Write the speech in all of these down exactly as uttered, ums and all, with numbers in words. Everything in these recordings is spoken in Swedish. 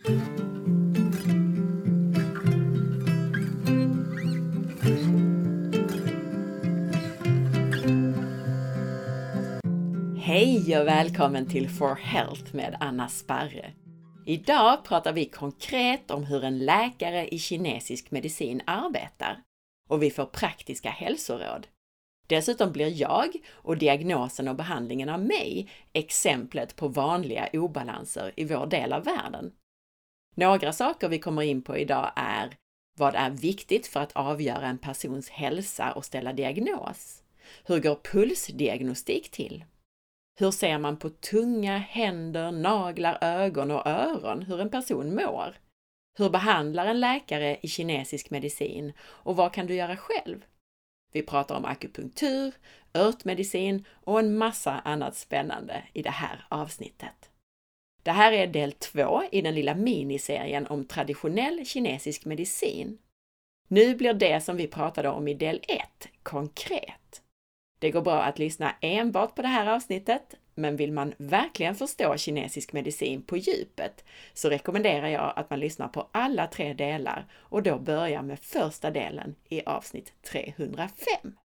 Hej och välkommen till For Health med Anna Sparre. Idag pratar vi konkret om hur en läkare i kinesisk medicin arbetar och vi får praktiska hälsoråd. Dessutom blir jag och diagnosen och behandlingen av mig exemplet på vanliga obalanser i vår del av världen. Några saker vi kommer in på idag är: vad är viktigt för att avgöra en persons hälsa och ställa diagnos? Hur går pulsdiagnostik till? Hur ser man på tunga, händer, naglar, ögon och öron hur en person mår? Hur behandlar en läkare i kinesisk medicin och vad kan du göra själv? Vi pratar om akupunktur, örtmedicin och en massa annat spännande i det här avsnittet. Det här är del två i den lilla miniserien om traditionell kinesisk medicin. Nu blir det som vi pratade om i del ett konkret. Det går bra att lyssna enbart på det här avsnittet, men vill man verkligen förstå kinesisk medicin på djupet så rekommenderar jag att man lyssnar på alla tre delar och då börjar med första delen i avsnitt trehundrafem.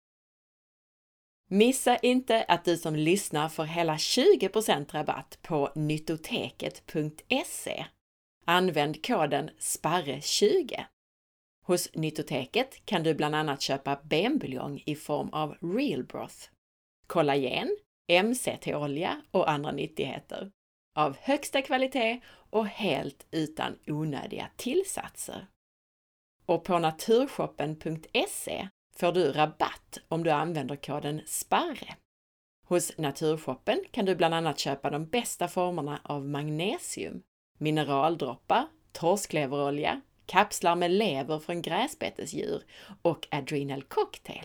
Missa inte att du som lyssnar får hela tjugo procent rabatt på nyttoteket punkt se. Använd koden sparre tjugo. Hos Nyttoteket kan du bland annat köpa benbuljong i form av real broth, kollagen, M C T-olja och andra nyttigheter. Av högsta kvalitet och helt utan onödiga tillsatser. Och på naturshoppen punkt se får du rabatt om du använder koden SPARRE. Hos Naturshoppen kan du bland annat köpa de bästa formerna av magnesium, mineraldroppar, torskleverolja, kapslar med lever från gräsbetesdjur och adrenal cocktail.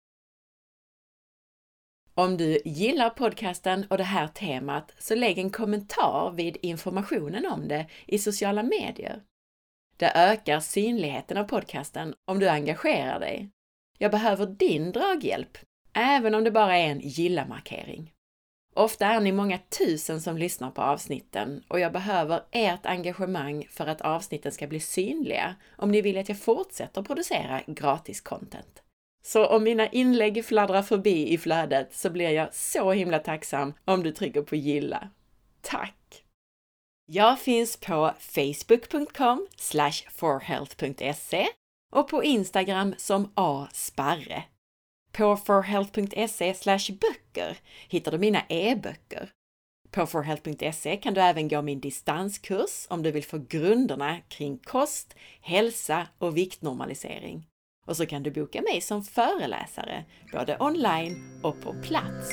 Om du gillar podcasten och det här temat så lägg en kommentar vid informationen om det i sociala medier. Det ökar synligheten av podcasten om du engagerar dig. Jag behöver din draghjälp, även om det bara är en gilla-markering. Ofta är ni många tusen som lyssnar på avsnitten och jag behöver ert engagemang för att avsnitten ska bli synliga om ni vill att jag fortsätter producera gratis content. Så om mina inlägg fladdrar förbi i flödet så blir jag så himla tacksam om du trycker på gilla. Tack! Jag finns på facebook punkt com slash forhealth punkt se och på Instagram som asparre. På forhealth punkt se slash böcker hittar du mina e-böcker. På forhealth punkt se kan du även gå min distanskurs om du vill få grunderna kring kost, hälsa och viktnormalisering. Och så kan du boka mig som föreläsare, både online och på plats.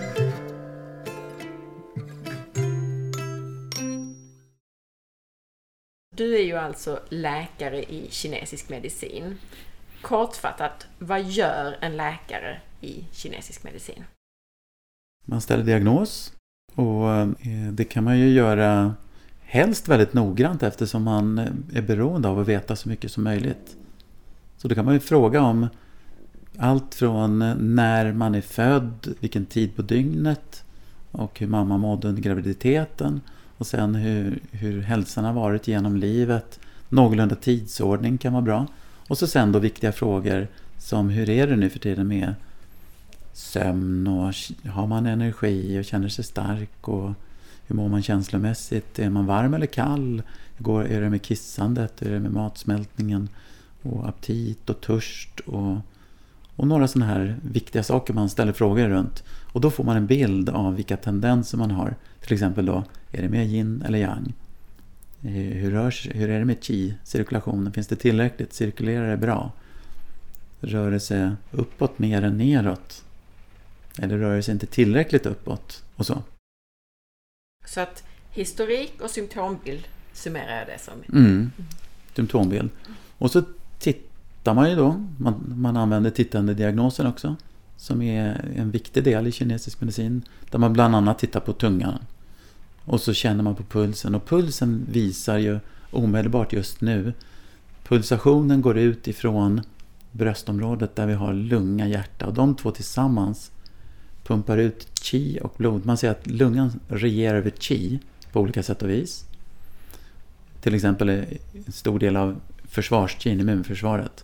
Du är ju alltså läkare i kinesisk medicin. Kortfattat, vad gör en läkare i kinesisk medicin? Man ställer diagnos och det kan man ju göra helst väldigt noggrant eftersom man är beroende av att veta så mycket som möjligt. Så då kan man ju fråga om allt från när man är född, vilken tid på dygnet och hur mamma mådde under graviditeten och sen hur, hur hälsan har varit genom livet. Någorlunda tidsordning kan vara bra. Och så sen då viktiga frågor som hur är det nu för tiden med sömn och har man energi och känner sig stark och hur mår man känslomässigt? Är man varm eller kall? Hur går, är det med kissandet? Hur är det med matsmältningen? Och aptit och törst och, och några sådana här viktiga saker man ställer frågor runt. Och då får man en bild av vilka tendenser man har. Till exempel då, är det mer yin eller yang? Hur, rörs, hur är det med qi-cirkulationen? Finns det tillräckligt? Cirkulerar det bra? Rör det sig uppåt mer än neråt? Eller rör det sig inte tillräckligt uppåt? Och så. Så att historik och symptombild summerar jag det som. Mm. Symptombild. Och så tittar man ju då. Man, man använder tittande diagnosen också. Som är en viktig del i kinesisk medicin. Där man bland annat tittar på tungan. Och så känner man på pulsen. Och pulsen visar ju omedelbart just nu. Pulsationen går ut ifrån bröstområdet där vi har lunga, hjärta. Och de två tillsammans pumpar ut qi och blod. Man säger att lungan regerar över qi på olika sätt och vis. till exempel en stor del av försvarskin, immunförsvaret.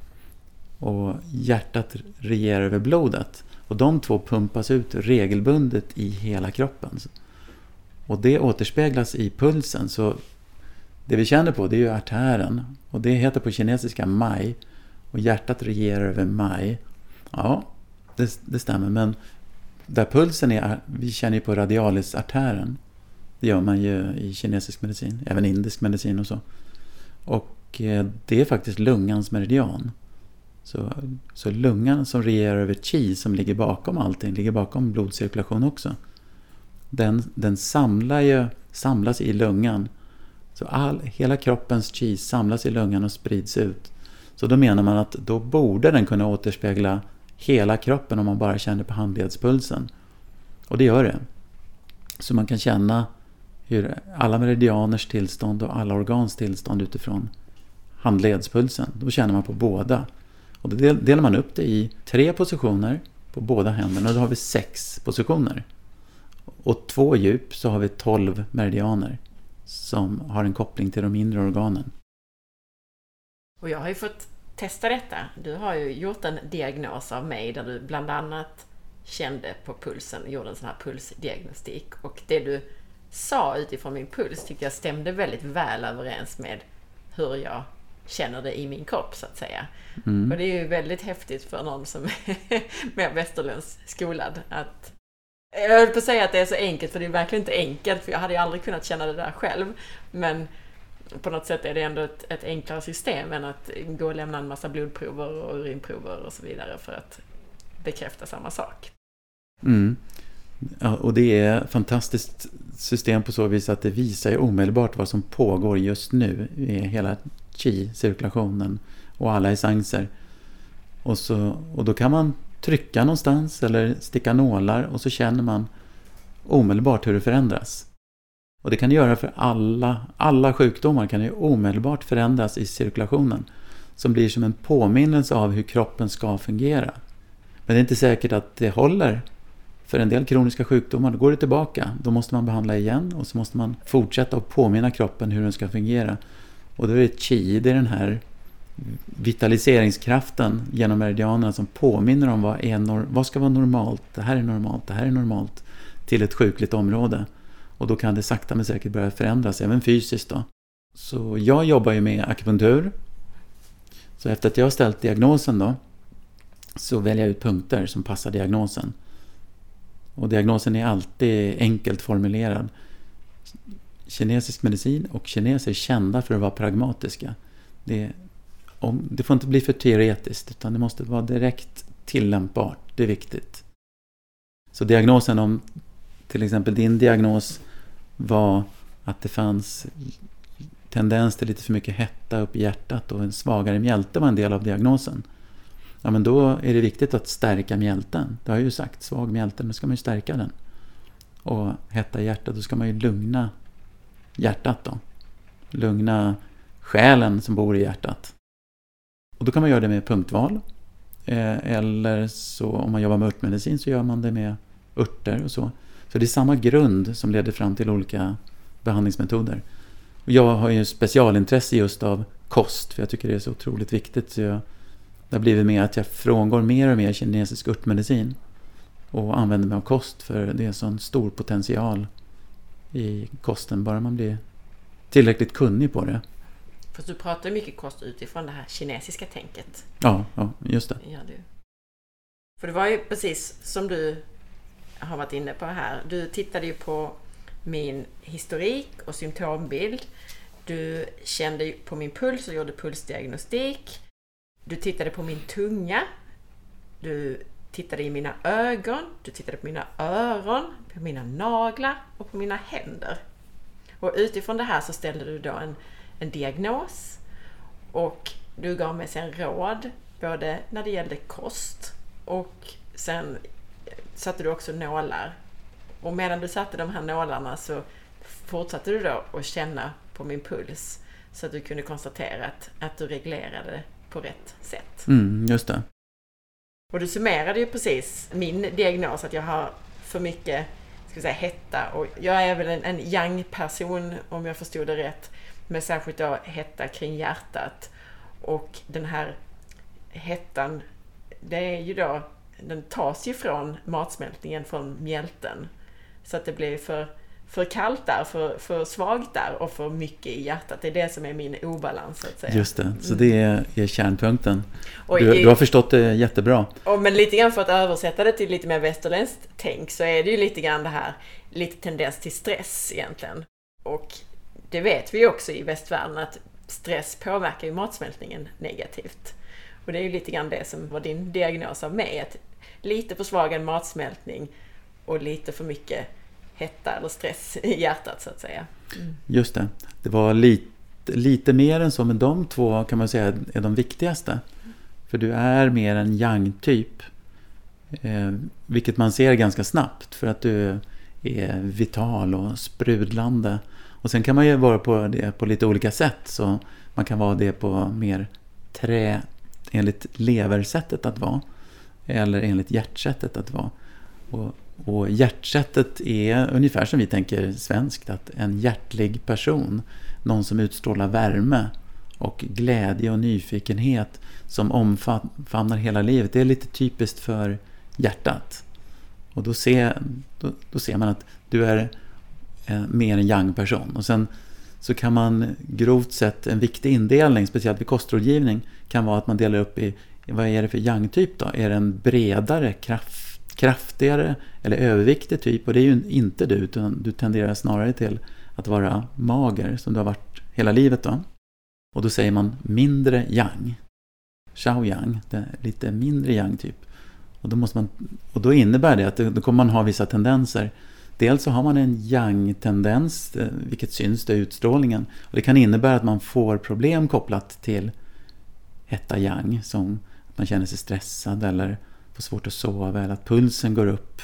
Och hjärtat regerar över blodet. Och de två pumpas ut regelbundet i hela kroppen. Och det återspeglas i pulsen. Så det vi känner på, det är ju artären. Och det heter på kinesiska mai. Och hjärtat regerar över mai. Ja, det, det stämmer. Men där pulsen är, vi känner ju på radialisartären. Det gör man ju i kinesisk medicin. Även indisk medicin och så. Och eh, det är faktiskt lungans meridian. Så, så lungan som regerar över qi, som ligger bakom allting, ligger bakom blodcirkulation också. Den, den samlar ju, samlas i lungan. Så all, hela kroppens qi samlas i lungan och sprids ut. Så då menar man att då borde den kunna återspegla hela kroppen om man bara känner på handledspulsen. Och det gör det. Så man kan känna hur alla meridianers tillstånd och alla organs tillstånd utifrån handledspulsen. Då känner man på båda. Och då delar man upp det i tre positioner på båda händerna. Och då har vi sex positioner. Och två djup så har vi tolv meridianer som har en koppling till de inre organen. Och jag har ju fått testa detta. Du har ju gjort en diagnos av mig där du bland annat kände på pulsen och gjorde en sån här pulsdiagnostik. Och det du sa utifrån min puls tyckte jag stämde väldigt väl överens med hur jag känner det i min kropp, så att säga. Mm. Och det är ju väldigt häftigt för någon som är mer västerländsk skolad att, jag höll på att säga att det är så enkelt, för det är verkligen inte enkelt, för jag hade ju aldrig kunnat känna det där själv, men på något sätt är det ändå ett, ett enklare system än att gå och lämna en massa blodprover och urinprover och så vidare för att bekräfta samma sak. Mm. Ja, och det är ett fantastiskt system på så vis att det visar ju omedelbart vad som pågår just nu i hela qi-cirkulationen och alla essenser. Och, så, och då kan man trycka någonstans eller sticka nålar och så känner man omedelbart hur det förändras. Och det kan det göra för alla, alla sjukdomar kan ju omedelbart förändras i cirkulationen som blir som en påminnelse av hur kroppen ska fungera. Men det är inte säkert att det håller. För en del kroniska sjukdomar, då går det tillbaka. Då måste man behandla igen och så måste man fortsätta att påminna kroppen hur den ska fungera. Och då är det qi, det är den här vitaliseringskraften genom meridianerna som påminner om vad, är nor- vad ska vara normalt, det här är normalt, det här är normalt till ett sjukligt område. Och då kan det sakta men säkert börja förändras, även fysiskt då. Så jag jobbar ju med akupunktur. Så efter att jag har ställt diagnosen då, så väljer jag ut punkter som passar diagnosen. Och diagnosen är alltid enkelt formulerad. Kinesisk medicin och kineser är kända för att vara pragmatiska. Det, om, det får inte bli för teoretiskt, utan det måste vara direkt tillämpbart. Det är viktigt. Så diagnosen, om till exempel din diagnos var att det fanns tendens till lite för mycket hetta upp i hjärtat och en svagare mjälte var en del av diagnosen. Ja, men då är det viktigt att stärka mjälten. Det har jag ju sagt, svag mjälten, då ska man ju stärka den. Och hetta i hjärtat, då ska man ju lugna hjärtat då. Lugna själen som bor i hjärtat. Och då kan man göra det med punktval. Eller så om man jobbar med örtmedicin så gör man det med örter och så. Så det är samma grund som leder fram till olika behandlingsmetoder. Och jag har ju specialintresse just av kost, för jag tycker det är så otroligt viktigt. Så jag, det har blivit med att jag frångår mer och mer kinesisk örtmedicin och använder mig av kost, för det är så en stor potential i kosten, bara man blir tillräckligt kunnig på det. För du pratar mycket kost utifrån det här kinesiska tänket. Ja, ja, just det. Ja, du. För det var ju precis som du har varit inne på här. Du tittade ju på min historik och symptombild. Du kände på min puls och gjorde pulsdiagnostik. Du tittade på min tunga. Du tittade i mina ögon. Du tittade på mina öron, på mina naglar och på mina händer. Och utifrån det här så ställde du då en, en diagnos. Och du gav mig sen råd, både när det gällde kost och sen satte du också nålar. Och medan du satte de här nålarna så fortsatte du då att känna på min puls så att du kunde konstatera att, att du reglerade på rätt sätt. Mm, just det. Och du summerade ju precis min diagnos att jag har för mycket, ska vi säga, hetta. Och jag är väl en, en yang-person om jag förstod det rätt. med särskilt då hetta kring hjärtat. Och den här hettan, det är ju då, den tas ju från matsmältningen, från mjälten. Så att det blir för, för kallt där, för, för svagt där och för mycket i hjärtat. Det är det som är min obalans, så att säga. Just det, så det är, är kärnpunkten. Och du, i, du har förstått det jättebra. Och men lite grann för att översätta det till lite mer västerländskt tänk, så är det ju lite grann det här, lite tendens till stress egentligen. Och det vet vi ju också i västvärlden att stress påverkar ju matsmältningen negativt. Och det är ju lite grann det som var din diagnos av mig, att lite försvagad matsmältning och lite för mycket hetta eller stress i hjärtat, så att säga. Mm. Just det. Det var lite, lite mer än så, men de två kan man säga är de viktigaste. Mm. För du är mer en yang-typ. Eh, vilket man ser ganska snabbt, för att du är vital och sprudlande. Och sen kan man ju vara på det på lite olika sätt. Så man kan vara det på mer trä, enligt leversättet att vara. Eller enligt hjärtsättet att vara. Och, och hjärtsättet är ungefär som vi tänker svenskt. Att en hjärtlig person, någon som utstrålar värme och glädje och nyfikenhet som omfamnar hela livet. Det är lite typiskt för hjärtat. Och då ser, då, då ser man att du är eh, mer en yang-person. Och sen så kan man grovt sett, en viktig indelning, speciellt vid kostrådgivning, kan vara att man delar upp i, vad är det för yang-typ då? Är det en bredare, kraft, kraftigare eller överviktig typ? Och det är ju inte du, utan du tenderar snarare till att vara mager, som du har varit hela livet då. Och då säger man mindre yang. Xiao yang, det är lite mindre yang-typ. Och då, måste man, och då innebär det att då kommer man ha vissa tendenser. Dels så har man en yang-tendens, vilket syns det i utstrålningen. Och det kan innebära att man får problem kopplat till hetta yang, som att man känner sig stressad eller får svårt att sova, eller att pulsen går upp.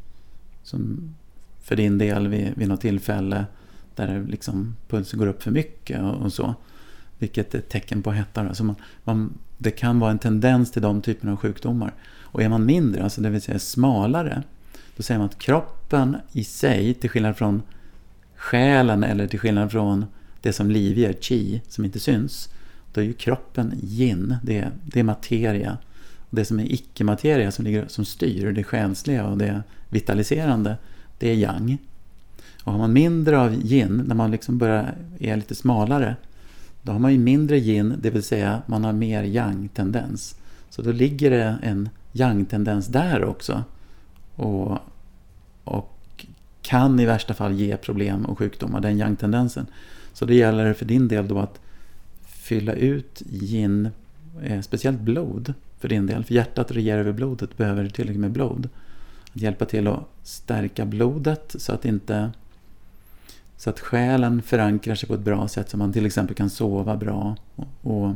Som för din del vid, vid något tillfälle där liksom pulsen går upp för mycket och, och så. Vilket är ett tecken på hetta. Alltså man, man, det kan vara en tendens till de typerna av sjukdomar. Och är man mindre, alltså det vill säga smalare, då säger man att kroppen i sig, till skillnad från själen eller till skillnad från det som liv ger, chi, som inte syns, då är ju kroppen yin, det är, det är materia. Och det som är icke-materia som, ligger, som styr det själsliga och det vitaliserande, det är yang. Och har man mindre av yin, när man liksom börjar är lite smalare, då har man ju mindre yin, det vill säga man har mer yang-tendens. Så då ligger det en yang-tendens där också. Och, och kan i värsta fall ge problem och sjukdomar, den yang-tendensen. Så det gäller för din del då att fylla ut yin, eh, speciellt blod för din del. För hjärtat regerar över blodet, behöver tillräckligt med blod. Att hjälpa till att stärka blodet så att inte så att själen förankrar sig på ett bra sätt, så man till exempel kan sova bra och, och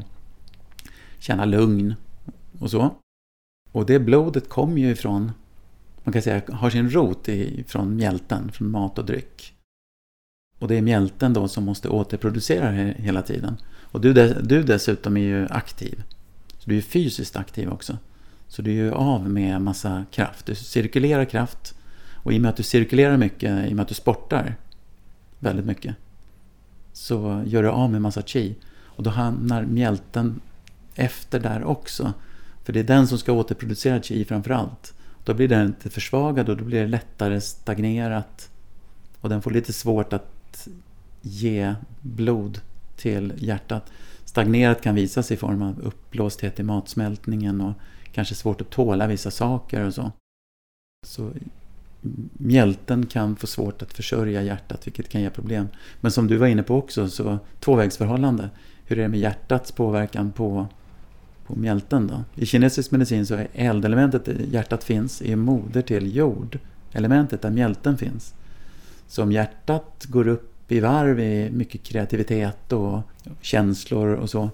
känna lugn och så. Och det blodet kommer ju ifrån, man kan säga, har sin rot i, från mjälten, från mat och dryck. Och det är mjälten då som måste återproducera hela tiden. Och du, du dessutom är ju aktiv. Så du är fysiskt aktiv också. Så du är ju av med massa kraft. Du cirkulerar kraft. Och i och med att du cirkulerar mycket, i och med att du sportar väldigt mycket, så gör du av med massa chi. Och då hamnar mjälten efter där också. För det är den som ska återproducera chi framförallt. Då blir den inte försvagad och då blir det lättare stagnerat. Och den får lite svårt att ge blod till hjärtat. Stagnerat kan visa sig i form av uppblåsthet i matsmältningen och kanske svårt att tåla vissa saker och så. Så mjälten kan få svårt att försörja hjärtat, vilket kan ge problem. Men som du var inne på också, så tvåvägsförhållande. Hur är det med hjärtats påverkan på, på mjälten då? I kinesisk medicin så är eldelementet där hjärtat finns är moder till jordelementet där mjälten finns. Så om hjärtat går upp i varv i mycket kreativitet och känslor och så,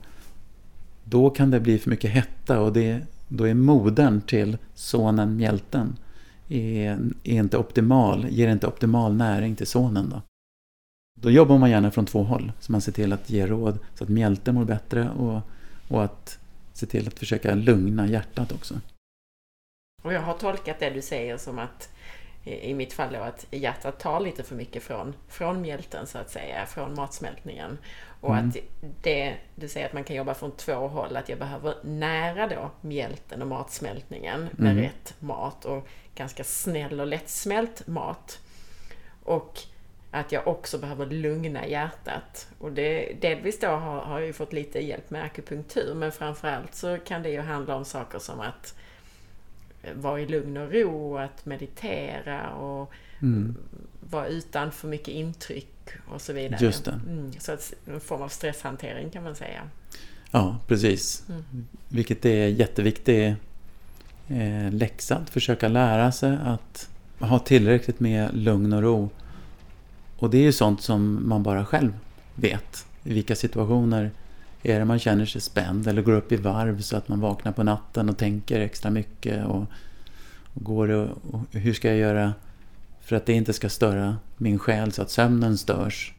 då kan det bli för mycket hetta, och det, då är modern till sonen mjälten är, är inte optimal, ger inte optimal näring till sonen då. Då jobbar man gärna från två håll, så man ser till att ge råd så att mjälten mår bättre och, och att se till att försöka lugna hjärtat också. Och jag har tolkat det du säger som att i mitt fall då att hjärtat tar lite för mycket från, från mjälten så att säga, från matsmältningen. Och mm. att det, du säger att man kan jobba från två håll, att jag behöver nära då mjälten och matsmältningen med mm. rätt mat och ganska snäll och lättsmält mat. Och att jag också behöver lugna hjärtat. Och det, delvis då har, har jag ju fått lite hjälp med akupunktur, men framförallt så kan det ju handla om saker som att vara i lugn och ro, att meditera och mm. vara utan för mycket intryck och så vidare. Just det. Mm, så att en form av stresshantering kan man säga. Ja, precis. Mm. Vilket är jätteviktigt eh, läxa att försöka lära sig att ha tillräckligt med lugn och ro. Och det är ju sånt som man bara själv vet. I vilka situationer är det man känner sig spänd eller går upp i varv så att man vaknar på natten och tänker extra mycket och, och går och, och hur ska jag göra för att det inte ska störa min själ så att sömnen störs.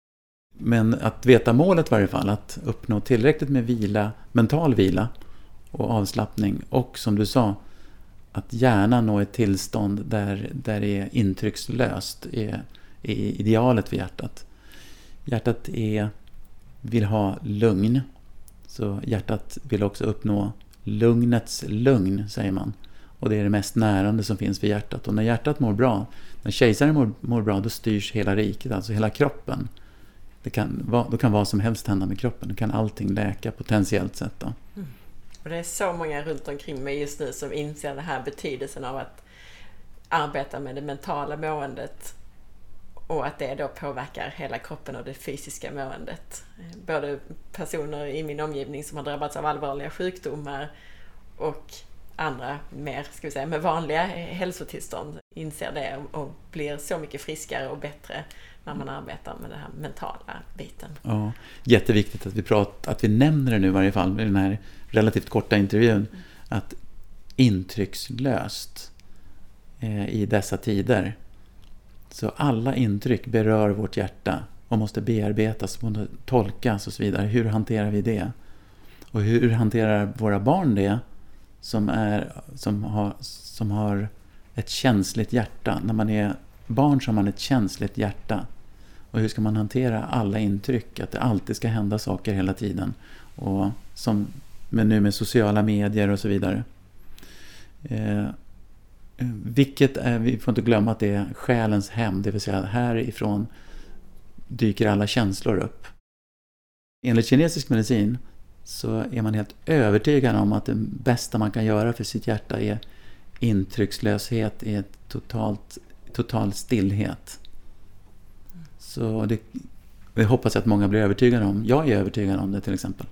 Men att veta målet i varje fall, att uppnå tillräckligt med vila, mental vila och avslappning och som du sa, att gärna nå ett tillstånd där, där det är intryckslöst är, är idealet för hjärtat. Hjärtat är, vill ha lugn, så hjärtat vill också uppnå lugnets lugn, säger man. Och det är det mest närande som finns för hjärtat. Och när hjärtat mår bra, när kejsaren mår, mår bra, då styrs hela riket, alltså hela kroppen. Det kan, då kan vad som helst hända med kroppen. Då kan allting läka potentiellt sett. Då. Mm. Och det är så många runt omkring mig just nu som inser den här betydelsen av att arbeta med det mentala måendet. Och att det då påverkar hela kroppen och det fysiska måendet. Både personer i min omgivning som har drabbats av allvarliga sjukdomar och andra mer, ska vi säga, med vanliga hälsotillstånd inser det och blir så mycket friskare och bättre när man arbetar med den här mentala biten. Ja, jätteviktigt att vi pratar, att vi nämner det nu i varje fall i den här relativt korta intervjun, mm. att intryckslöst eh, i dessa tider. Så alla intryck berör vårt hjärta och måste bearbetas, måste tolkas och så vidare. Hur hanterar vi det? Och hur hanterar våra barn det som, är, som, har, som har ett känsligt hjärta? När man är barn så har man ett känsligt hjärta. Och hur ska man hantera alla intryck? Att det alltid ska hända saker hela tiden. Och som men nu med sociala medier och så vidare. Eh, vilket är, vi får inte glömma att det är själens hem. Det vill säga härifrån dyker alla känslor upp. Enligt kinesisk medicin så är man helt övertygad om att det bästa man kan göra för sitt hjärta är intryckslöshet, är totalt, total stillhet. Så det, jag hoppas att många blir övertygade om. Jag är övertygad om det till exempel.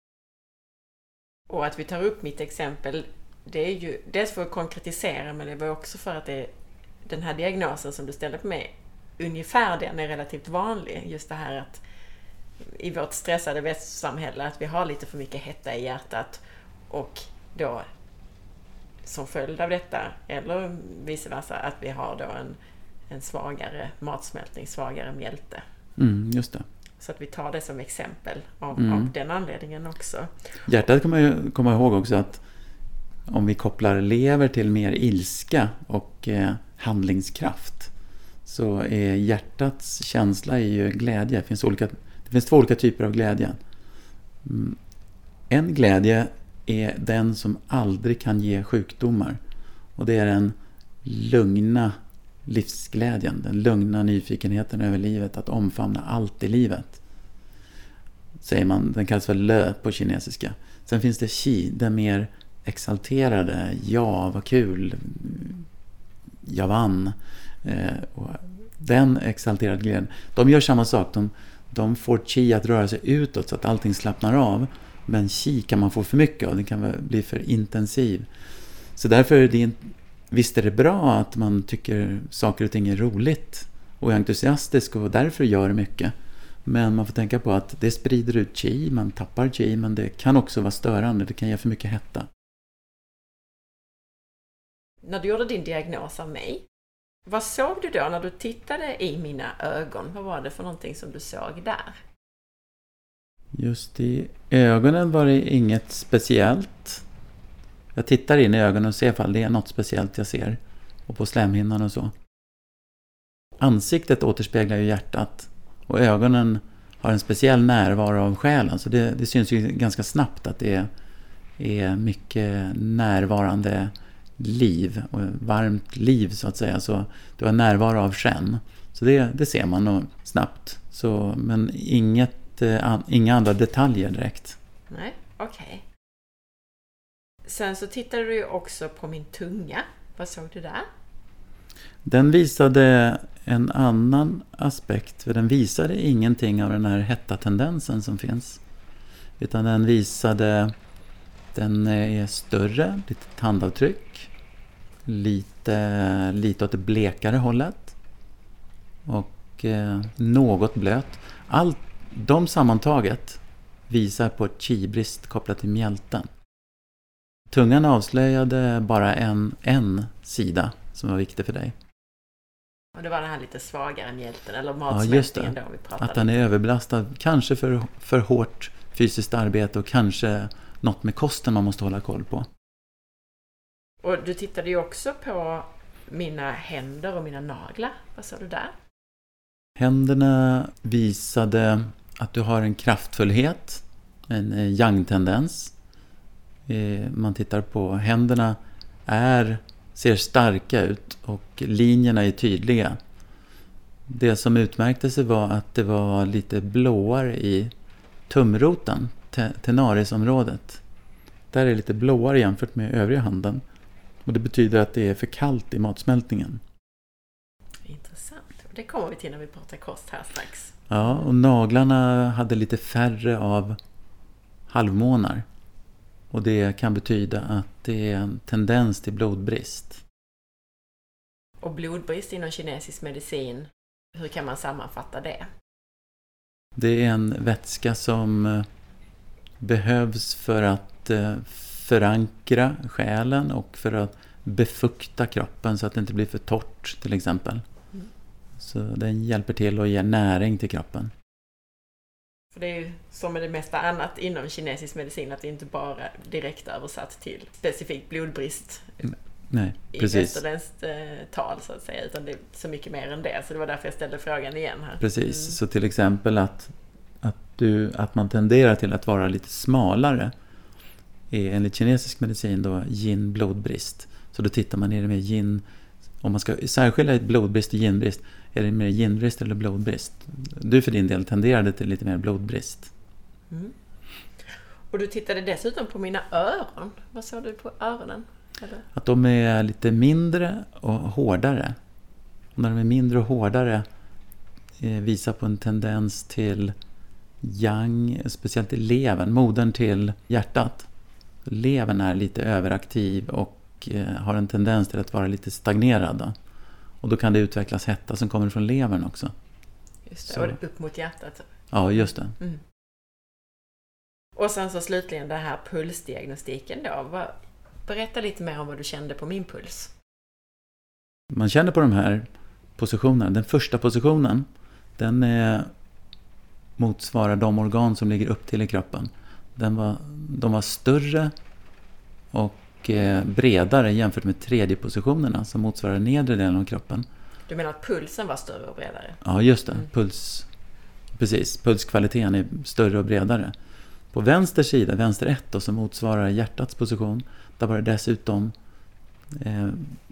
Och att vi tar upp mitt exempel, det är ju dels för att konkretisera, men det var också för att det är den här diagnosen som du ställde på mig, ungefär den är relativt vanlig. Just det här att i vårt stressade västsamhälle att vi har lite för mycket hetta i hjärtat och då som följd av detta, eller vice versa, att vi har då en, en svagare matsmältning, svagare mjälte. Mm, just det. Så att vi tar det som exempel av, mm. av den anledningen också. Hjärtat kommer ju komma ihåg också att om vi kopplar lever till mer ilska och eh, handlingskraft så är hjärtats känsla är ju glädje. Det finns, olika, det finns två olika typer av glädje. Mm. En glädje är den som aldrig kan ge sjukdomar. Och det är den lugna livsglädjen, den lugna nyfikenheten över livet, att omfamna allt i livet. Säger man, den kallas för lö på kinesiska. Sen finns det qi, den mer exalterade, ja vad kul, jag vann. Eh, och den exalterade glädjen, de gör samma sak, de, de får qi att röra sig utåt så att allting slappnar av. Men qi kan man få för mycket av, den kan bli för intensiv. Så därför är det, visst är det bra att man tycker saker och ting är roligt och är entusiastisk och därför gör mycket. Men man får tänka på att det sprider ut qi, man tappar qi, men det kan också vara störande, det kan ge för mycket hetta. När du gjorde din diagnos av mig, vad såg du då när du tittade i mina ögon? Vad var det för någonting som du såg där? Just i ögonen var det inget speciellt. Jag tittar in i ögonen och ser ifall det är något speciellt jag ser. Och på slemhinnan och så. ansiktet återspeglar ju hjärtat och ögonen har en speciell närvaro av själen. Så det, det syns ju ganska snabbt att det är, är mycket närvarande liv och varmt liv så att säga. Så du har närvaro av själ. Så det, det ser man nog snabbt. Så, men inget, eh, inga andra detaljer direkt. Nej, okej. Okay. Sen så tittade du ju också på min tunga. Vad såg du där? Den visade en annan aspekt. För den visade ingenting av den här hetta-tendensen som finns. Utan den visade... Den är större, lite tandavtryck. Lite, lite åt det blekare hållet. Och eh, något blöt. Allt de sammantaget visar på ett chi-brist kopplat till mjälten. Tungan avslöjade bara en, en sida som var viktig för dig. Och det var den här lite svagare mjälten eller matsmältningen ja, då vi pratade. Att den är överbelastad. Kanske för, för hårt fysiskt arbete och kanske något med kosten man måste hålla koll på. Och du tittade ju också på mina händer och mina naglar. Vad sa du där? Händerna visade att du har en kraftfullhet, en yang-tendens. Man tittar på händerna är, ser starka ut och linjerna är tydliga. Det som utmärkte sig var att det var lite blåare i tumroten, tenarisområdet. Där är det lite blåare jämfört med övriga handen. Och det betyder att det är för kallt i matsmältningen. Intressant. Det kommer vi till när vi pratar kost här strax. Ja, och naglarna hade lite färre av halvmånar. Och det kan betyda att det är en tendens till blodbrist. Och blodbrist inom kinesisk medicin, hur kan man sammanfatta det? Det är en vätska som behövs för att förankra själen och för att befukta kroppen så att det inte blir för torrt till exempel. Mm. Så den hjälper till och ger näring till kroppen. För det är ju som med det mesta annat inom kinesisk medicin att det inte bara är direkt översatt till specifik blodbrist. Nej, i precis. västerländskt eh, tal så att säga, utan det är så mycket mer än det. Så det var därför jag ställde frågan igen här. Precis, mm. Så till exempel att, att, du, att man tenderar till att vara lite smalare är enligt kinesisk medicin då yin blodbrist. Så då tittar man i det med yin, om man ska särskilja ett blodbrist och yinbrist, är det mer yinbrist eller blodbrist? Du för din del tenderade till lite mer blodbrist. Mm. Och du tittade dessutom på mina öron. Vad såg du på öronen? Eller? Att de är lite mindre och hårdare. Och när de är mindre och hårdare eh, visar på en tendens till yang, speciellt i levern, modern till hjärtat. Levern är lite överaktiv och eh, har en tendens till att vara lite stagnerad. Då. Och då kan det utvecklas hetta som kommer från levern också. Just det, så. Och upp mot hjärtat. Ja, just det. Mm. Och sen så slutligen det här pulsdiagnostiken då. Vad, berätta lite mer om vad du kände på min puls. Man känner på de här positionerna. Den första positionen, den är, motsvarar de organ som ligger upp till i kroppen. Den var, de var större och eh, bredare jämfört med tredje positionerna som motsvarar nedre delen av kroppen. Du menar att pulsen var större och bredare? Ja, just det. Mm. Puls, precis. Pulskvaliteten är större och bredare. På vänster sida, vänster ett då, som motsvarar hjärtats position, där var det dessutom eh,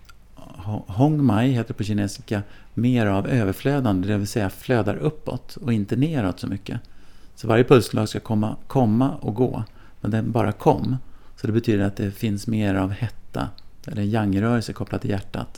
Hong Mai heter det på kinesiska, mer av överflödande, det vill säga flödar uppåt och inte neråt så mycket. Så varje pulsslag ska komma, komma och gå, men den bara kom. Så det betyder att det finns mer av hetta eller yang-rörelse kopplat till hjärtat.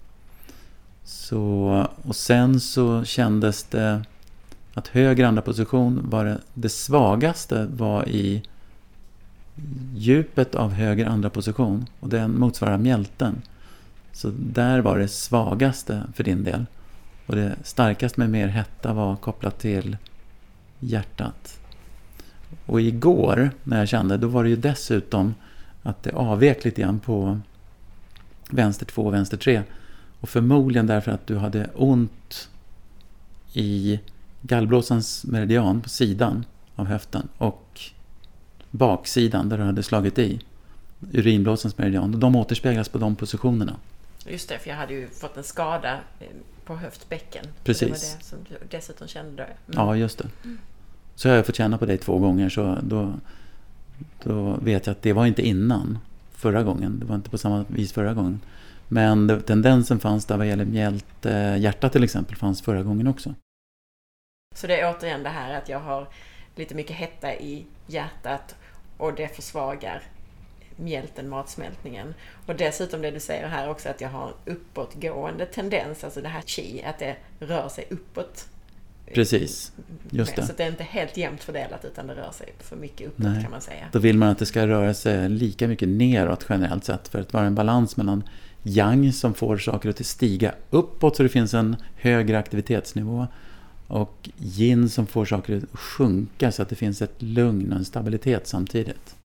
Så, och sen så kändes det att höger andra position var det, det svagaste var i djupet av höger andra position och den motsvarar mjälten. Så där var det svagaste för din del. Och det starkaste med mer hetta var kopplat till hjärtat. Och igår när jag kände, då var det ju dessutom att det avvek lite grann på vänster två och vänster tre. Och förmodligen därför att du hade ont i gallblåsans meridian på sidan av höften och baksidan där du hade slagit i urinblåsans meridian. Och de återspeglas på de positionerna. Just det, för jag hade ju fått en skada på höftbäcken. Precis. Det var det som du dessutom kände. Mm. Ja, just det. Så har jag fått känna på det två gånger, så då, då vet jag att det var inte innan förra gången. Det var inte på samma vis förra gången. Men det, tendensen fanns där vad gäller mjält, eh, hjärta till exempel, fanns förra gången också. Så det är återigen det här att jag har lite mycket hetta i hjärtat och det försvagar mjälten, matsmältningen. Och dessutom det du säger här också, att jag har uppåtgående tendens, alltså det här chi, att det rör sig uppåt. Precis, just det. Så det är inte helt jämnt fördelat, utan det rör sig för mycket uppåt. Nej. Kan man säga. Då vill man att det ska röra sig lika mycket neråt generellt sett, för att vara en balans mellan yang som får saker att stiga uppåt så det finns en högre aktivitetsnivå, och yin som får saker att sjunka så att det finns ett lugn och en stabilitet samtidigt.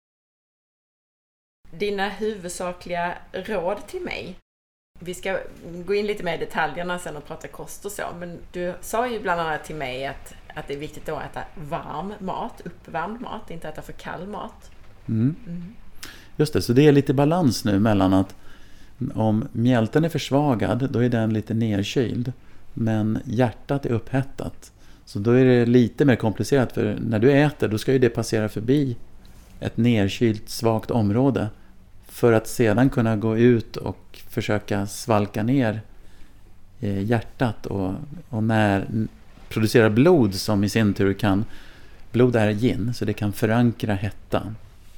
Dina huvudsakliga råd till mig. Vi ska gå in lite mer i detaljerna sen och prata kost och så. Men du sa ju bland annat till mig att, att det är viktigt att äta varm mat, uppvärmd mat, inte äta för kall mat. Mm. Mm. Just det, så det är lite balans nu mellan att om mjälten är försvagad, då är den lite nerkyld. Men hjärtat är upphettat. Så då är det lite mer komplicerat, för när du äter då ska ju det passera förbi ett nerkylt svagt område för att sedan kunna gå ut och försöka svalka ner hjärtat och, och när producera blod som i sin tur kan, blod är yin så det kan förankra hetta.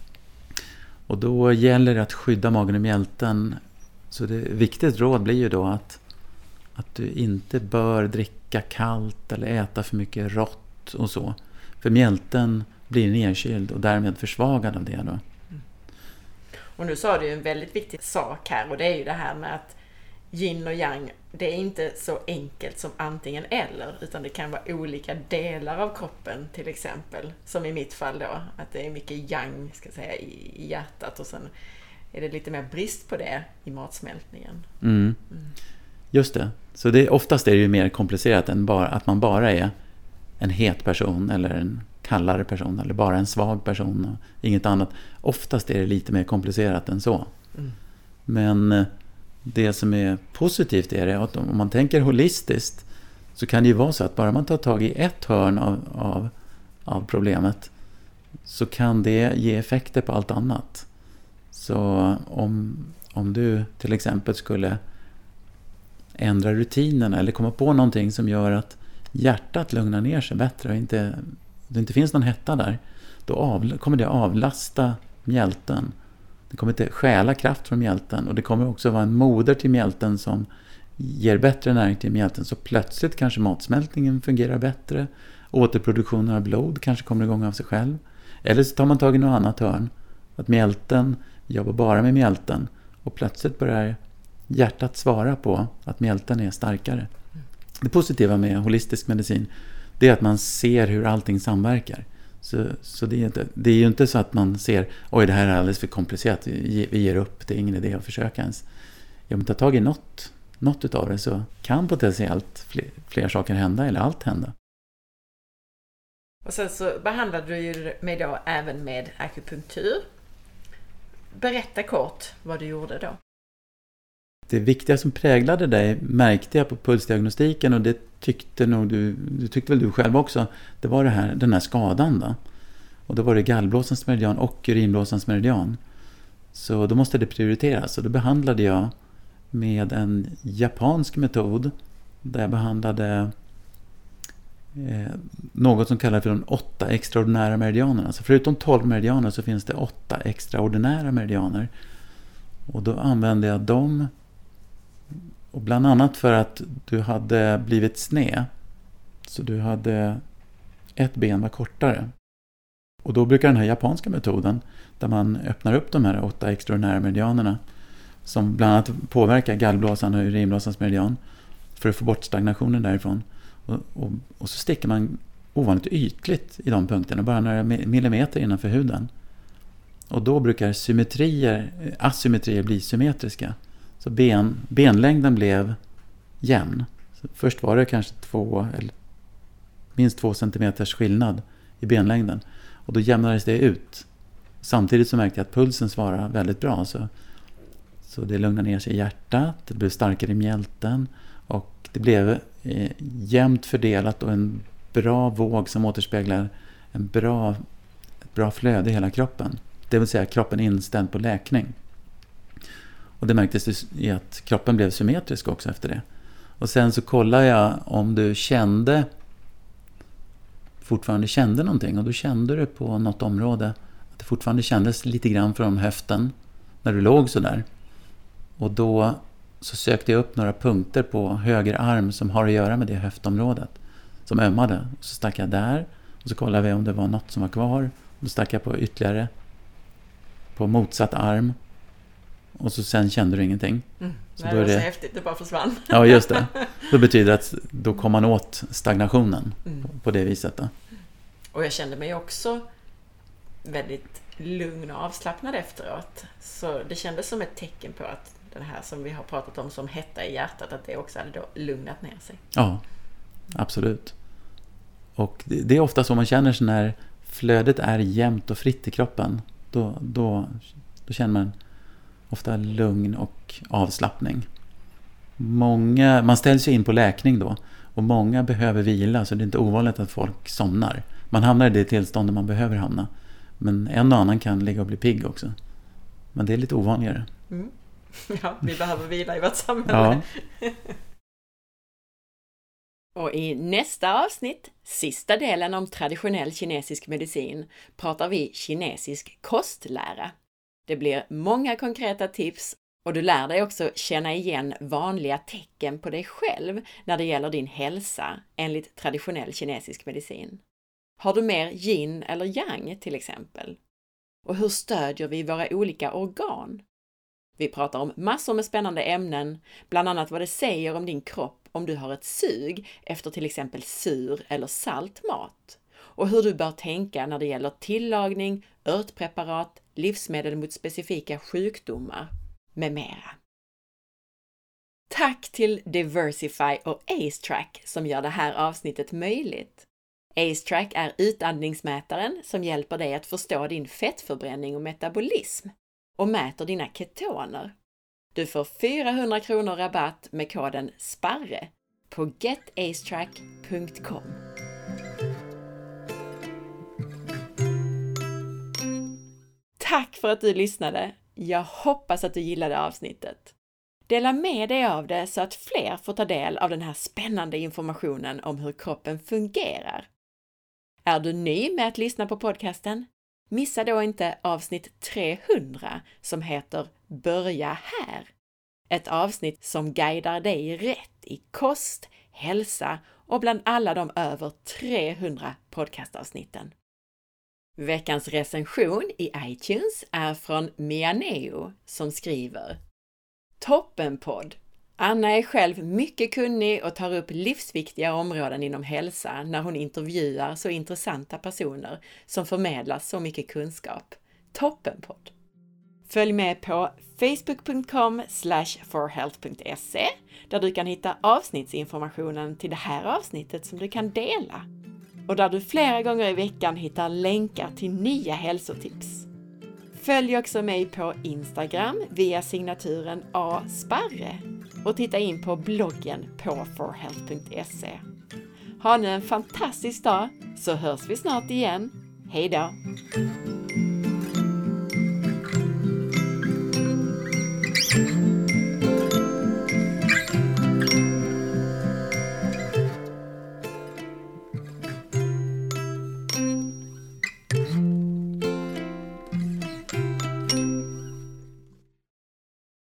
Och då gäller det att skydda magen och mjälten. Så det viktigt råd blir ju då att att du inte bör dricka kallt eller äta för mycket rått och så. För mjälten blir nedkyld och därmed försvagad av det då. Mm. Och nu sa du en väldigt viktig sak här, och det är ju det här med att yin och yang, det är inte så enkelt som antingen eller, utan det kan vara olika delar av kroppen till exempel. Som i mitt fall då, att det är mycket yang ska jag säga, i, i hjärtat och sen är det lite mer brist på det i matsmältningen. Mm. Mm. Just det. Så det, oftast är det ju mer komplicerat än bara att man bara är en het person eller en kallare person eller bara en svag person och inget annat. Oftast är det lite mer komplicerat än så. Mm. Men det som är positivt är det att om man tänker holistiskt så kan det ju vara så att bara man tar tag i ett hörn av, av, av problemet så kan det ge effekter på allt annat. Så om, om du till exempel skulle ändra rutinerna eller komma på någonting som gör att hjärtat lugnar ner sig bättre och inte, det inte finns någon hetta där, då av, kommer det avlasta mjälten. Det kommer inte stjäla kraft från mjälten och det kommer också vara en moder till mjälten som ger bättre näring till mjälten, så plötsligt kanske matsmältningen fungerar bättre, återproduktionen av blod kanske kommer igång av sig själv, eller så tar man tag i något annat hörn, att mjälten jobbar bara med mjälten och plötsligt börjar hjärtat svara på att mjälten är starkare. Det positiva med holistisk medicin, det är att man ser hur allting samverkar. Så, så det, är inte, det är ju inte så att man ser, oj det här är alldeles för komplicerat, vi, vi ger upp, det är ingen idé att försöka ens. Om man tar tag i något, något utav det så kan potentiellt fler, fler saker hända eller allt hända. Och sen så behandlade du ju mig då även med akupunktur. Berätta kort vad du gjorde då. Det viktiga som präglade dig märkte jag på pulsdiagnostiken, och det tyckte nog du, du tyckte väl du själv också, det var det här, den här skadan då. Och då var det gallblåsans meridian och urinblåsans meridian. Så då måste det prioriteras, och då behandlade jag med en japansk metod där jag behandlade eh, något som kallas för de åtta extraordinära meridianerna. Så förutom tolv meridianer så finns det åtta extraordinära meridianer. Och då använde jag dem. Och bland annat för att du hade blivit sned. Så du hade ett ben var kortare. Och då brukar den här japanska metoden, där man öppnar upp de här åtta extraordinära meridianerna, som bland annat påverkar gallblåsan och urinblåsans meridian, för att få bort stagnationen därifrån. Och, och, och så sticker man ovanligt ytligt i de punkterna, bara några millimeter innanför huden. Och då brukar symmetrier, asymmetrier bli symmetriska. Så ben, benlängden blev jämn. Så först var det kanske två eller minst två centimeters skillnad i benlängden. Och då jämnades det ut. Samtidigt så märkte jag att pulsen svarade väldigt bra. Så, Så det lugnade ner sig i hjärtat, det blev starkare i mjälten och det blev eh, jämnt fördelat och en bra våg som återspeglar en bra, ett bra flöde i hela kroppen. Det vill säga kroppen inställd på läkning. Och det märktes i att kroppen blev symmetrisk också efter det. Och sen så kollade jag om du kände fortfarande kände någonting. Och då kände du på något område att det fortfarande kändes lite grann från höften när du låg så där. Och då så sökte jag upp några punkter på höger arm som har att göra med det höftområdet. Som ömmade. Och så stack jag där. Och så kollade vi om det var något som var kvar. Och då stack jag på ytterligare. På motsatt arm. Och så sen kände du ingenting. Mm. Så Nej, då det är var det... så häftigt, det bara försvann. Ja, just det. Då betyder det att då kommer man åt stagnationen mm. på det viset då. Och jag kände mig också väldigt lugn och avslappnad efteråt. Så det kändes som ett tecken på att den här som vi har pratat om som hetta i hjärtat, att det också hade då lugnat ner sig. Ja, absolut. Och det, det är ofta så man känner sig när flödet är jämnt och fritt i kroppen. Då, då, då känner man ofta lugn och avslappning. Många, man ställs sig in på läkning då. Och många behöver vila, så det är inte ovanligt att folk somnar. Man hamnar i det tillstånd där man behöver hamna. Men en och annan kan ligga och bli pigg också. Men det är lite ovanligare. Mm. Ja, vi behöver vila i vårt samhälle. Ja. Och i nästa avsnitt, sista delen om traditionell kinesisk medicin, pratar vi kinesisk kostlära. Det blir många konkreta tips och du lär dig också känna igen vanliga tecken på dig själv när det gäller din hälsa enligt traditionell kinesisk medicin. Har du mer yin eller yang till exempel? Och hur stödjer vi våra olika organ? Vi pratar om massor med spännande ämnen, bland annat vad det säger om din kropp om du har ett sug efter till exempel sur eller salt mat. Och hur du bör tänka när det gäller tillagning, örtpreparat, livsmedel mot specifika sjukdomar med mera. Tack till Diversify och AceTrack som gör det här avsnittet möjligt. AceTrack är utandningsmätaren som hjälper dig att förstå din fettförbränning och metabolism och mäter dina ketoner. Du får fyrahundra kronor rabatt med koden SPARRE på get ace track punkt com. Tack för att du lyssnade. Jag hoppas att du gillade avsnittet. Dela med dig av det så att fler får ta del av den här spännande informationen om hur kroppen fungerar. Är du ny med att lyssna på podcasten? Missa då inte avsnitt trehundra som heter Börja här. Ett avsnitt som guidar dig rätt i kost, hälsa och bland alla de över trehundra podcastavsnitten. Veckans recension i iTunes är från Mianeo som skriver: Toppenpodd! Anna är själv mycket kunnig och tar upp livsviktiga områden inom hälsa när hon intervjuar så intressanta personer som förmedlar så mycket kunskap. Toppenpodd! Följ med på facebook punkt com slash for health punkt se där du kan hitta avsnittsinformationen till det här avsnittet som du kan dela. Och där du flera gånger i veckan hittar länkar till nya hälsotips. Följ också mig på Instagram via signaturen asparre och titta in på bloggen på for health punkt se. Ha nu en fantastisk dag så hörs vi snart igen. Hej då!